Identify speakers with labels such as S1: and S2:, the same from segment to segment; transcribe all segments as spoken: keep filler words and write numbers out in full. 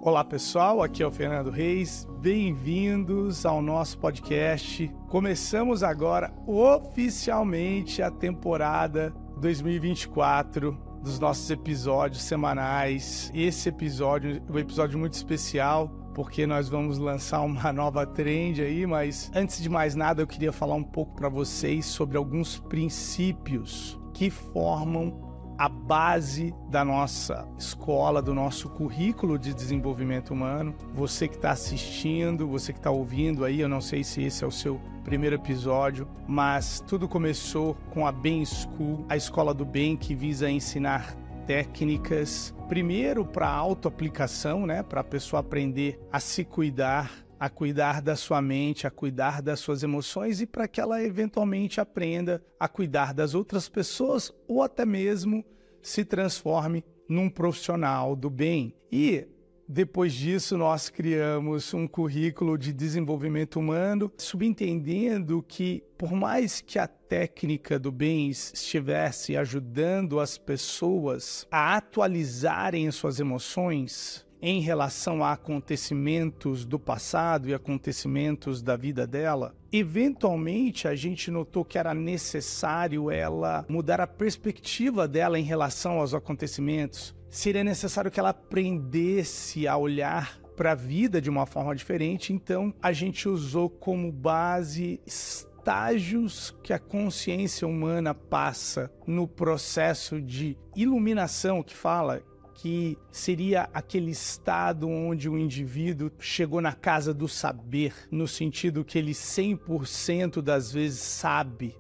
S1: Olá pessoal, aqui é o Fernando Reis, bem-vindos ao nosso podcast. Começamos agora oficialmente a temporada dois mil e vinte e quatro dos nossos episódios semanais. Esse episódio é um episódio muito especial porque nós vamos lançar uma nova trend aí, mas antes de mais nada eu queria falar um pouco para vocês sobre alguns princípios que formam a base da nossa escola, do nosso currículo de desenvolvimento humano. Você que está assistindo, você que está ouvindo aí, eu não sei se esse é o seu primeiro episódio, mas tudo começou com a Bem School, a escola do bem que visa ensinar técnicas, primeiro para autoaplicação, né, para a pessoa aprender a se cuidar, a cuidar da sua mente, a cuidar das suas emoções e para que ela eventualmente aprenda a cuidar das outras pessoas ou até mesmo se transforme num profissional do bem. E depois disso nós criamos um currículo de desenvolvimento humano, subentendendo que por mais que a técnica do bem estivesse ajudando as pessoas a atualizarem suas emoções em relação a acontecimentos do passado e acontecimentos da vida dela, eventualmente a gente notou que era necessário ela mudar a perspectiva dela em relação aos acontecimentos. Seria necessário que ela aprendesse a olhar para a vida de uma forma diferente, então a gente usou como base estágios que a consciência humana passa no processo de iluminação, que fala que seria aquele estado onde o indivíduo chegou na casa do saber, no sentido que ele cem por cento das vezes sabe.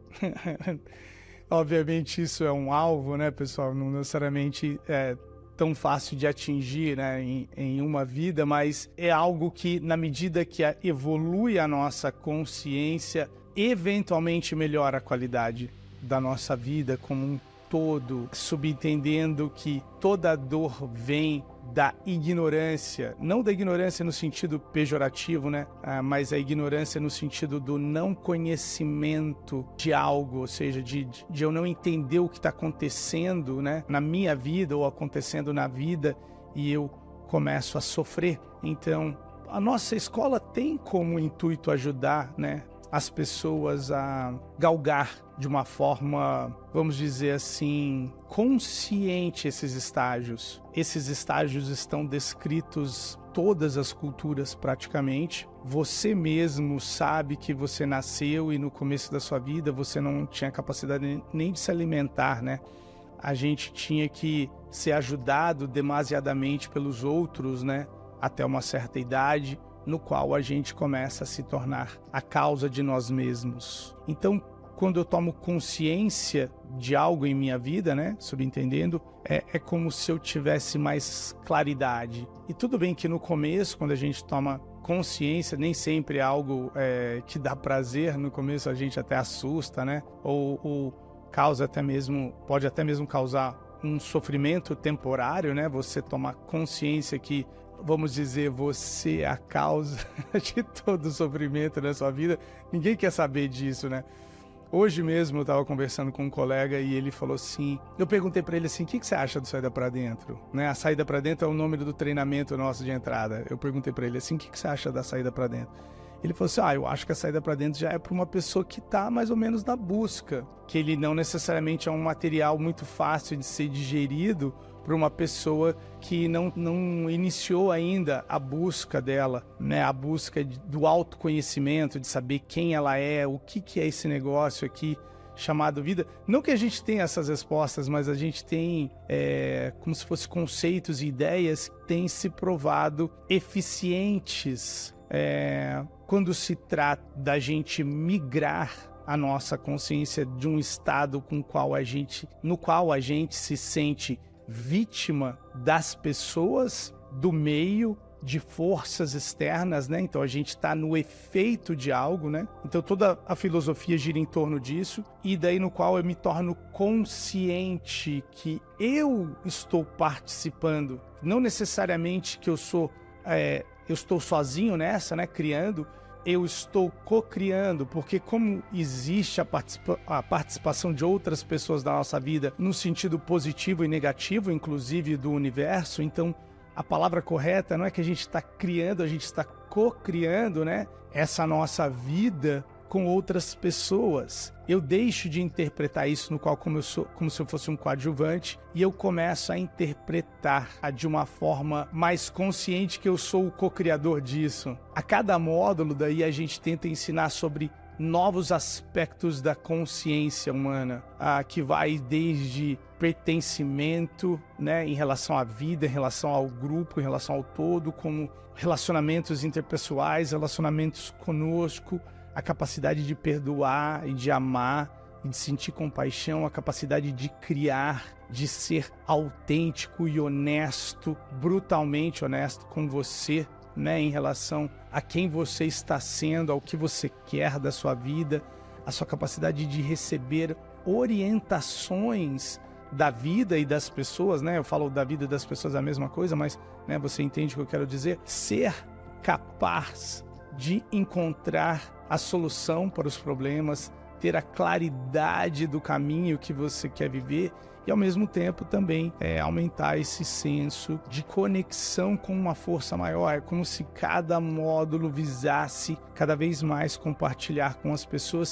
S1: Obviamente isso é um alvo, né, pessoal? Não necessariamente é tão fácil de atingir, né, em, em uma vida, mas é algo que, na medida que a, evolui a nossa consciência, eventualmente melhora a qualidade da nossa vida como um todo, subentendendo que toda dor vem da ignorância, não da ignorância no sentido pejorativo, né? Ah, mas a ignorância no sentido do não conhecimento de algo, ou seja, de, de eu não entender o que está acontecendo, né, na minha vida ou acontecendo na vida e eu começo a sofrer. Então, a nossa escola tem como intuito ajudar, né, as pessoas a galgar de uma forma, vamos dizer assim, consciente esses estágios. Esses estágios estão descritos em todas as culturas praticamente. Você mesmo sabe que você nasceu e no começo da sua vida você não tinha capacidade nem de se alimentar, né? A gente tinha que ser ajudado demasiadamente pelos outros, né? Até uma certa idade, no qual a gente começa a se tornar a causa de nós mesmos. Então, quando eu tomo consciência de algo em minha vida, né, subentendendo, é, é como se eu tivesse mais claridade. E tudo bem que no começo, quando a gente toma consciência, nem sempre é algo é, que dá prazer. No começo a gente até assusta, né, ou, ou causa até mesmo, pode até mesmo causar um sofrimento temporário, né, você tomar consciência que, vamos dizer, você é a causa de todo o sofrimento da sua vida. Ninguém quer saber disso, né? Hoje mesmo eu estava conversando com um colega e ele falou assim, eu perguntei para ele assim, o que, que você acha do Saída para Dentro? Né? A Saída para Dentro é o nome do treinamento nosso de entrada. Eu perguntei para ele assim, o que, que você acha da Saída para Dentro? Ele falou assim, ah, eu acho que a saída para dentro já é para uma pessoa que está mais ou menos na busca, que ele não necessariamente é um material muito fácil de ser digerido para uma pessoa que não, não iniciou ainda a busca dela, né? A busca de, do autoconhecimento, de saber quem ela é, o que, que é esse negócio aqui chamado vida. Não que a gente tenha essas respostas, mas a gente tem é, como se fossem conceitos e ideias que têm se provado eficientes é, quando se trata da gente migrar a nossa consciência de um estado com qual a gente, no qual a gente se sente vítima das pessoas, do meio, de forças externas, né? Então a gente está no efeito de algo, né? Então toda a filosofia gira em torno disso, e daí no qual eu me torno consciente que eu estou participando, não necessariamente que eu sou, é, eu estou sozinho nessa, né? Criando, eu estou co-criando, porque como existe a, participa- a participação de outras pessoas na nossa vida, no sentido positivo e negativo, inclusive do universo, então a palavra correta não é que a gente está criando, a gente está co-criando, né, essa nossa vida com outras pessoas. Eu deixo de interpretar isso no qual como, eu sou, como se eu fosse um coadjuvante e eu começo a interpretar de uma forma mais consciente que eu sou o co-criador disso. A cada módulo daí a gente tenta ensinar sobre novos aspectos da consciência humana, ah, que vai desde pertencimento, né, em relação à vida, em relação ao grupo, em relação ao todo, como relacionamentos interpessoais, relacionamentos conosco, a capacidade de perdoar e de amar e de sentir compaixão, a capacidade de criar, de ser autêntico e honesto, brutalmente honesto com você, né, em relação a quem você está sendo, ao que você quer da sua vida, a sua capacidade de receber orientações da vida e das pessoas, né? Eu falo da vida e das pessoas a mesma coisa, mas, né, você entende o que eu quero dizer? Ser capaz de encontrar a solução para os problemas, ter a claridade do caminho que você quer viver e, ao mesmo tempo, também é, aumentar esse senso de conexão com uma força maior. É como se cada módulo visasse cada vez mais compartilhar com as pessoas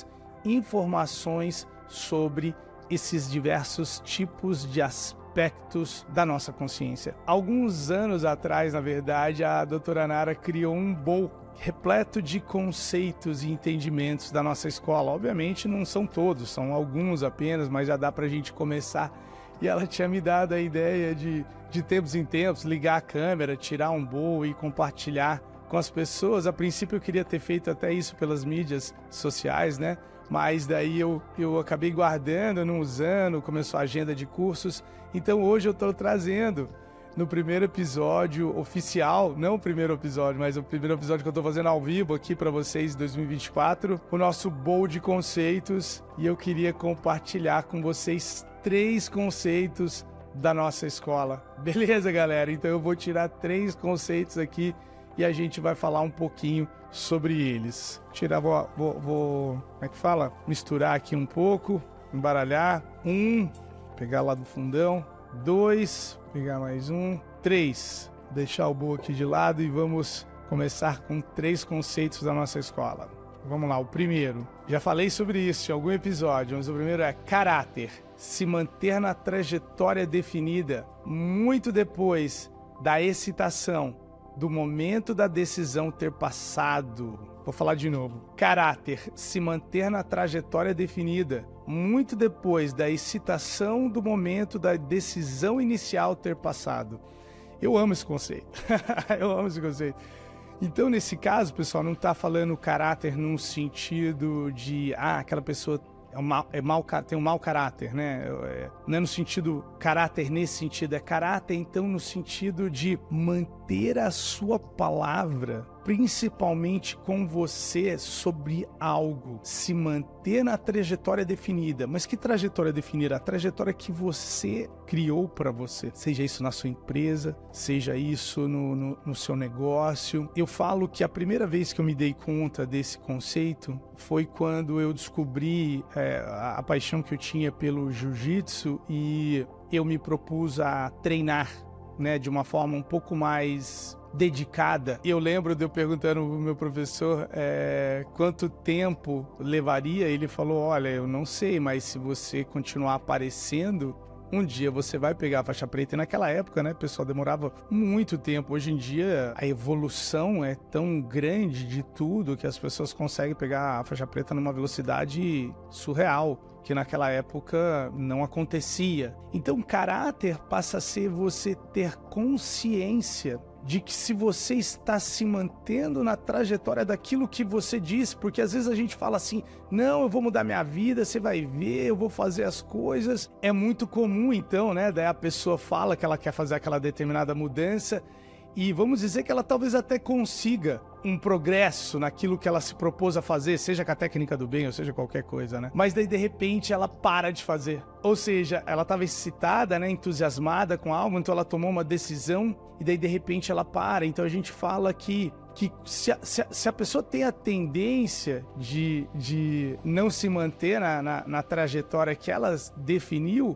S1: informações sobre esses diversos tipos de aspectos da nossa consciência. Alguns anos atrás, na verdade, a doutora Nara criou um bowl repleto de conceitos e entendimentos da nossa escola. Obviamente não são todos, são alguns apenas, mas já dá para a gente começar. E ela tinha me dado a ideia de, de tempos em tempos, ligar a câmera, tirar um bowl e compartilhar com as pessoas. A princípio eu queria ter feito até isso pelas mídias sociais, né? Mas daí eu, eu acabei guardando, não usando, começou a agenda de cursos. Então hoje eu estou trazendo no primeiro episódio oficial, não o primeiro episódio, mas o primeiro episódio que eu estou fazendo ao vivo aqui para vocês em dois mil e vinte e quatro, o nosso bowl de conceitos, e eu queria compartilhar com vocês três conceitos da nossa escola. Beleza, galera? Então eu vou tirar três conceitos aqui e a gente vai falar um pouquinho sobre eles. Tirar, vou, vou, vou como é que fala? Misturar aqui um pouco, embaralhar. Um, pegar lá do fundão. Dois, pegar mais um. Três, deixar o bowl aqui de lado e vamos começar com três conceitos da nossa escola. Vamos lá, o primeiro. Já falei sobre isso em algum episódio, mas o primeiro é caráter. Se manter na trajetória definida muito depois da excitação, do momento da decisão ter passado. Vou falar de novo. Caráter. Se manter na trajetória definida muito depois da excitação do momento da decisão inicial ter passado. Eu amo esse conceito. Eu amo esse conceito. Então, nesse caso, pessoal, não está falando caráter num sentido de, ah, aquela pessoa é um mal, é mal, tem um mau caráter, né? É, não é no sentido caráter nesse sentido, é caráter, então, no sentido de manter a sua palavra, principalmente com você, sobre algo. Se manter na trajetória definida. Mas que trajetória definida? A trajetória que você criou para você. Seja isso na sua empresa, seja isso no, no, no seu negócio. Eu falo que a primeira vez que eu me dei conta desse conceito foi quando eu descobri é, a, a paixão que eu tinha pelo jiu-jitsu e eu me propus a treinar, né, de uma forma um pouco mais dedicada. Eu lembro de eu perguntando ao meu professor é, quanto tempo levaria. Ele falou, olha, eu não sei, mas se você continuar aparecendo, um dia você vai pegar a faixa preta. E naquela época, né, pessoal, demorava muito tempo. Hoje em dia, a evolução é tão grande de tudo que as pessoas conseguem pegar a faixa preta numa velocidade surreal, que naquela época não acontecia. Então, caráter passa a ser você ter consciência de que se você está se mantendo na trajetória daquilo que você disse, porque às vezes a gente fala assim, não, eu vou mudar minha vida, você vai ver, eu vou fazer as coisas. É muito comum então, né? Daí a pessoa fala que ela quer fazer aquela determinada mudança e vamos dizer que ela talvez até consiga um progresso naquilo que ela se propôs a fazer, seja com a técnica do bem ou seja qualquer coisa, né? Mas daí de repente ela para de fazer. Ou seja, ela estava excitada, né, entusiasmada com algo, então ela tomou uma decisão e daí de repente ela para. Então a gente fala que, que se, a, se, a, se a pessoa tem a tendência de, de não se manter na, na, na trajetória que ela definiu,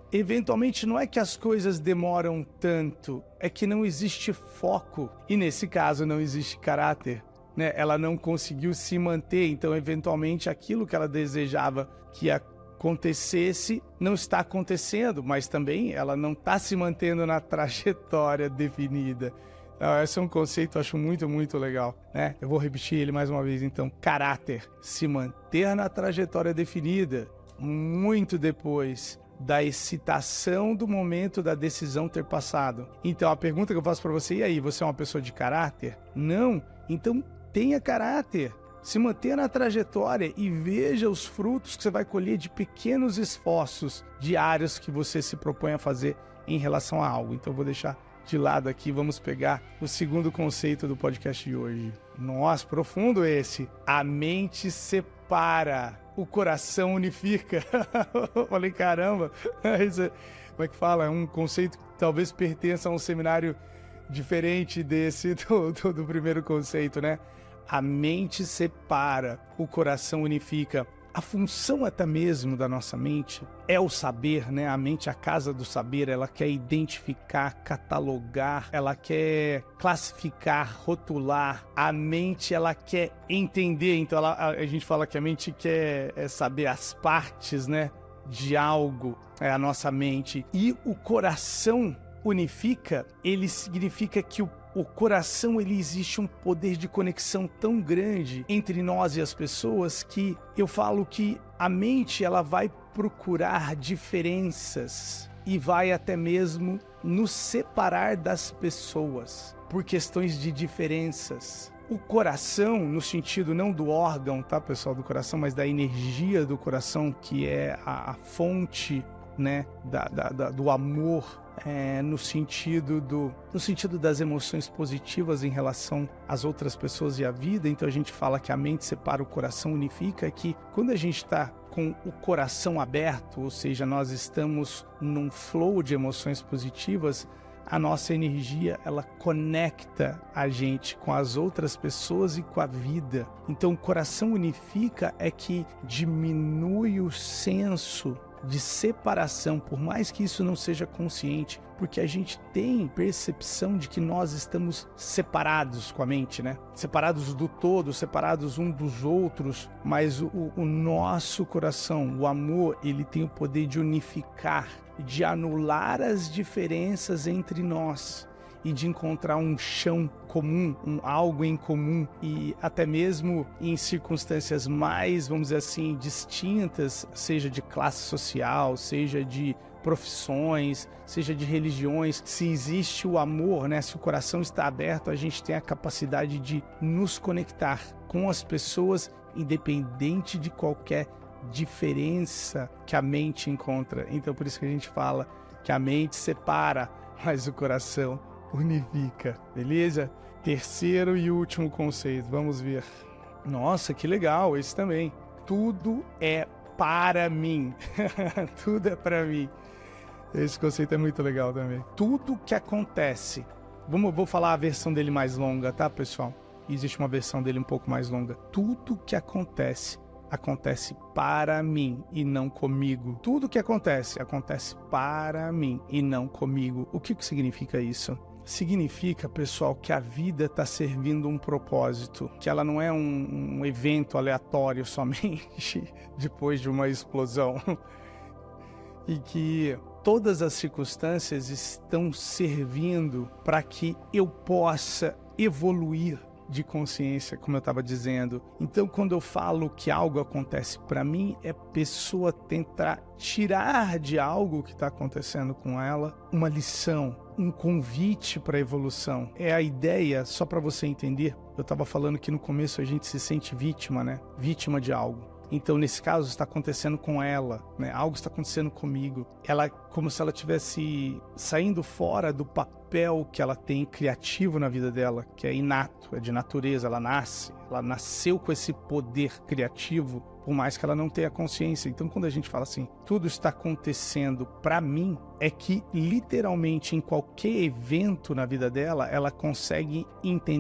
S1: eventualmente não é que as coisas demoram tanto, é que não existe foco. E nesse caso não existe caráter, né? Ela não conseguiu se manter, então eventualmente aquilo que ela desejava que acontecesse não está acontecendo, mas também ela não está se mantendo na trajetória definida. Então, esse é um conceito que eu acho muito, muito legal, né? Eu vou repetir ele mais uma vez, então. Caráter, se manter na trajetória definida, muito depois da excitação do momento da decisão ter passado. Então, a pergunta que eu faço para você, e aí, você é uma pessoa de caráter? Não? Então, tenha caráter. Se mantenha na trajetória e veja os frutos que você vai colher de pequenos esforços diários que você se propõe a fazer em relação a algo. Então, eu vou deixar de lado aqui, vamos pegar o segundo conceito do podcast de hoje. Nossa, profundo esse. A mente separa, o coração unifica. Falei, caramba, isso, como é que fala? É um conceito que talvez pertença a um seminário diferente desse do, do, do primeiro conceito, né? A mente separa, o coração unifica. A função até mesmo da nossa mente é o saber, né? A mente é a casa do saber, ela quer identificar, catalogar, ela quer classificar, rotular. A mente, ela quer entender, então ela, a, a gente fala que a mente quer é, saber as partes, né, de algo, é a nossa mente. E o coração unifica, ele significa que o O coração, ele existe um poder de conexão tão grande entre nós e as pessoas que eu falo que a mente, ela vai procurar diferenças e vai até mesmo nos separar das pessoas por questões de diferenças. O coração, no sentido não do órgão, tá, pessoal, do coração, mas da energia do coração, que é a, a fonte, né, da, da, da, do amor, É, no sentido do, no sentido das emoções positivas em relação às outras pessoas e à vida. Então a gente fala que a mente separa, o coração unifica, é que quando a gente está com o coração aberto, ou seja, nós estamos num flow de emoções positivas, a nossa energia, ela conecta a gente com as outras pessoas e com a vida. Então o coração unifica é que diminui o senso de separação, por mais que isso não seja consciente, porque a gente tem percepção de que nós estamos separados com a mente, né? Separados do todo, separados um dos outros, mas o, o nosso coração, o amor, ele tem o poder de unificar, de anular as diferenças entre nós e de encontrar um chão comum, um algo em comum, e até mesmo em circunstâncias mais, vamos dizer assim, distintas, seja de classe social, seja de profissões, seja de religiões, se existe o amor, né? Se o coração está aberto, a gente tem a capacidade de nos conectar com as pessoas, independente de qualquer diferença que a mente encontra. Então por isso que a gente fala que a mente separa, mas o coração unifica, beleza? Terceiro e último conceito, vamos ver. Nossa, que legal, esse também. Tudo é para mim. Tudo é para mim. Esse conceito é muito legal também. Tudo que acontece, vamos, vou falar a versão dele mais longa, tá, pessoal? Existe uma versão dele um pouco mais longa. Tudo que acontece, acontece para mim e não comigo. Tudo que acontece, acontece para mim e não comigo. O que, que significa isso? Significa, pessoal, que a vida está servindo um propósito, que ela não é um, um evento aleatório somente depois de uma explosão, e que todas as circunstâncias estão servindo para que eu possa evoluir de consciência, como eu estava dizendo. Então, quando eu falo que algo acontece para mim, é a pessoa tentar tirar de algo que está acontecendo com ela uma lição, um convite para a evolução. É a ideia, só para você entender, eu estava falando que no começo a gente se sente vítima, né? Vítima de algo. Então, nesse caso, está acontecendo com ela, né? Algo está acontecendo comigo. Ela, como se ela estivesse saindo fora do papel que ela tem criativo na vida dela, que é inato, é de natureza, ela nasce, ela nasceu com esse poder criativo, por mais que ela não tenha consciência. Então, quando a gente fala assim, tudo está acontecendo para mim, é que literalmente em qualquer evento na vida dela, ela consegue entender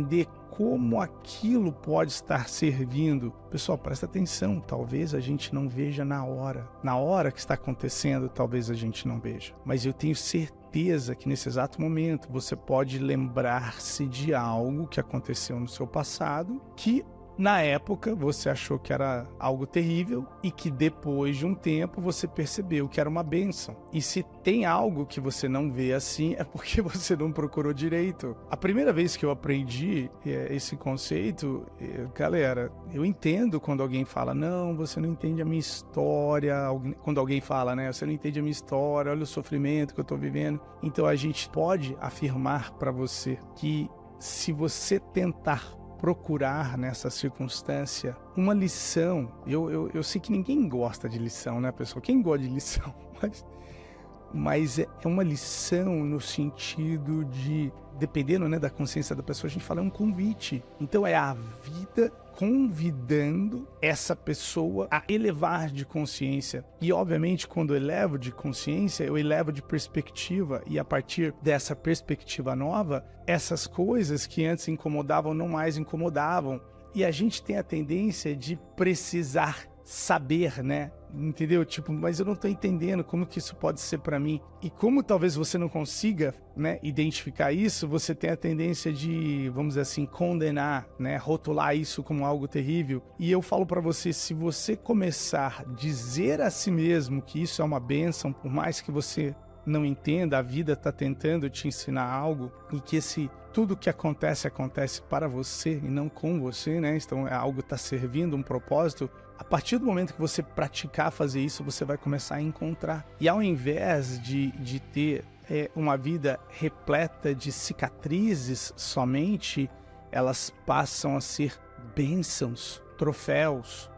S1: como aquilo pode estar servindo. Pessoal, presta atenção, talvez a gente não veja na hora. Na hora que está acontecendo, talvez a gente não veja. Mas eu tenho certeza que nesse exato momento você pode lembrar-se de algo que aconteceu no seu passado que na época você achou que era algo terrível e que depois de um tempo você percebeu que era uma bênção. E se tem algo que você não vê assim, é porque você não procurou direito. A primeira vez que eu aprendi é, esse conceito, é, galera, eu entendo quando alguém fala, não, você não entende a minha história. Quando alguém fala, né, você não entende a minha história, olha o sofrimento que eu estou vivendo. Então a gente pode afirmar para você que se você tentar procurar nessa circunstância uma lição. Eu, eu, eu sei que ninguém gosta de lição, né, pessoal? Quem gosta de lição? Mas, mas é uma lição no sentido de, dependendo, né, da consciência da pessoa, a gente fala é um convite. Então é a vida convidando essa pessoa a elevar de consciência. E, obviamente, quando eu elevo de consciência, eu elevo de perspectiva. E, a partir dessa perspectiva nova, essas coisas que antes incomodavam, não mais incomodavam. E a gente tem a tendência de precisar saber, né? Entendeu? Tipo, mas eu não tô entendendo como que isso pode ser para mim. E como talvez você não consiga, né, identificar isso, você tem a tendência de, vamos dizer assim, condenar, né, rotular isso como algo terrível. E eu falo para você, se você começar a dizer a si mesmo que isso é uma bênção, por mais que você não entenda, a vida está tentando te ensinar algo, e que esse tudo que acontece, acontece para você e não com você, né? Então é algo que está servindo um propósito. A partir do momento que você praticar fazer isso, você vai começar a encontrar. E ao invés de, de ter é, uma vida repleta de cicatrizes somente, elas passam a ser bênçãos, troféus.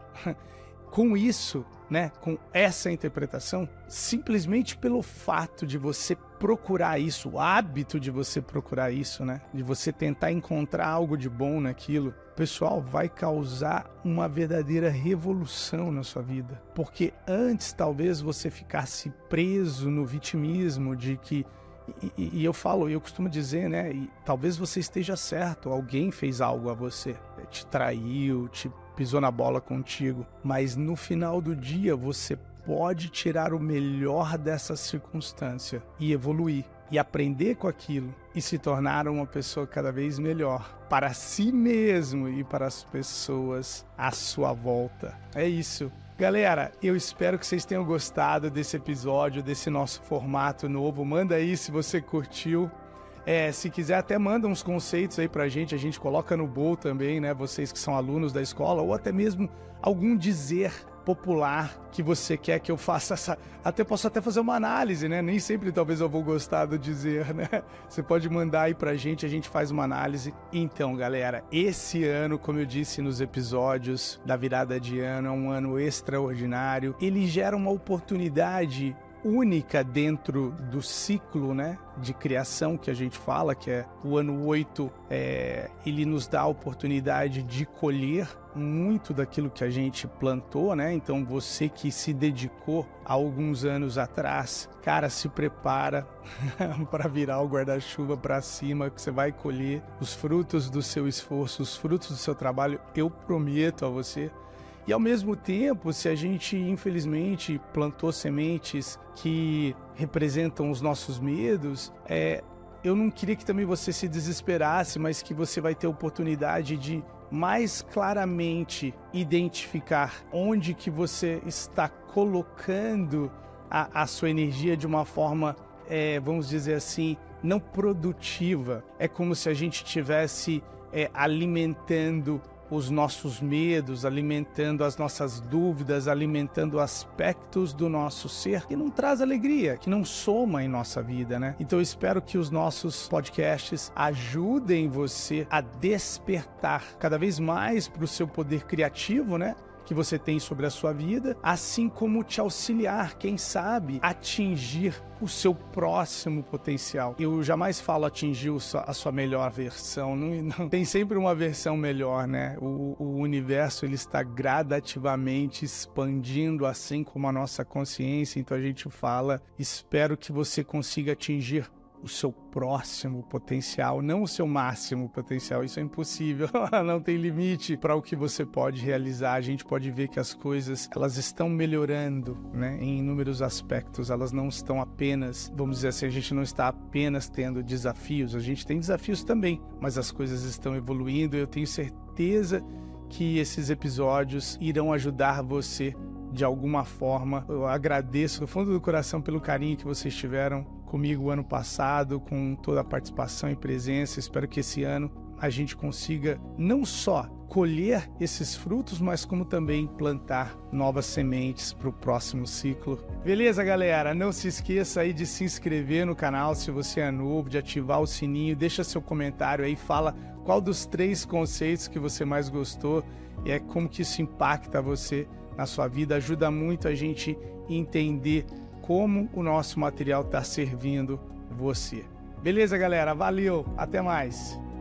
S1: Com isso, né, com essa interpretação, simplesmente pelo fato de você procurar isso, o hábito de você procurar isso, né, de você tentar encontrar algo de bom naquilo, pessoal, vai causar uma verdadeira revolução na sua vida. Porque antes talvez você ficasse preso no vitimismo de que, e, e eu falo, eu costumo dizer, né, e talvez você esteja certo, alguém fez algo a você, te traiu, te pisou na bola contigo, mas no final do dia você pode tirar o melhor dessa circunstância e evoluir, e aprender com aquilo, e se tornar uma pessoa cada vez melhor, para si mesmo e para as pessoas à sua volta. É isso. Galera, eu espero que vocês tenham gostado desse episódio, desse nosso formato novo. Manda aí se você curtiu. É, se quiser até manda uns conceitos aí pra gente, a gente coloca no bowl também, né? Vocês que são alunos da escola, ou até mesmo algum dizer popular que você quer que eu faça essa... Até posso até fazer uma análise, né? Nem sempre talvez eu vou gostar do dizer, né? Você pode mandar aí pra gente, a gente faz uma análise. Então, galera, esse ano, como eu disse nos episódios da virada de ano, é um ano extraordinário. Ele gera uma oportunidade única dentro do ciclo, né, de criação que a gente fala, que é o ano oito, é, ele nos dá a oportunidade de colher muito daquilo que a gente plantou, né? Então você que se dedicou há alguns anos atrás, cara, se prepara para virar o guarda-chuva para cima, que você vai colher os frutos do seu esforço, os frutos do seu trabalho, eu prometo a você. E ao mesmo tempo, se a gente infelizmente plantou sementes que representam os nossos medos, é, eu não queria que também você se desesperasse, mas que você vai ter a oportunidade de mais claramente identificar onde que você está colocando a, a sua energia de uma forma, é, vamos dizer assim, não produtiva. É como se a gente estivesse é, alimentando os nossos medos, alimentando as nossas dúvidas, alimentando aspectos do nosso ser que não traz alegria, que não soma em nossa vida, né? Então eu espero que os nossos podcasts ajudem você a despertar cada vez mais para o seu poder criativo, né, que você tem sobre a sua vida, assim como te auxiliar, quem sabe, atingir o seu próximo potencial. Eu jamais falo atingir a sua melhor versão, não, não. Tem sempre uma versão melhor, né? O, o universo, ele está gradativamente expandindo, assim como a nossa consciência, então a gente fala, espero que você consiga atingir o seu próximo potencial, não o seu máximo potencial. Isso é impossível, não tem limite para o que você pode realizar. A gente pode ver que as coisas, elas estão melhorando, né, em inúmeros aspectos. Elas não estão apenas, vamos dizer assim, a gente não está apenas tendo desafios, a gente tem desafios também, mas as coisas estão evoluindo. Eu tenho certeza que esses episódios irão ajudar você de alguma forma. Eu agradeço do fundo do coração pelo carinho que vocês tiveram comigo o ano passado, com toda a participação e presença. Espero que esse ano a gente consiga não só colher esses frutos, mas como também plantar novas sementes para o próximo ciclo. Beleza, galera? Não se esqueça aí de se inscrever no canal se você é novo, de ativar o sininho, deixa seu comentário aí, fala qual dos três conceitos que você mais gostou e é como que isso impacta você na sua vida. Ajuda muito a gente entender como o nosso material está servindo você. Beleza, galera? Valeu! Até mais!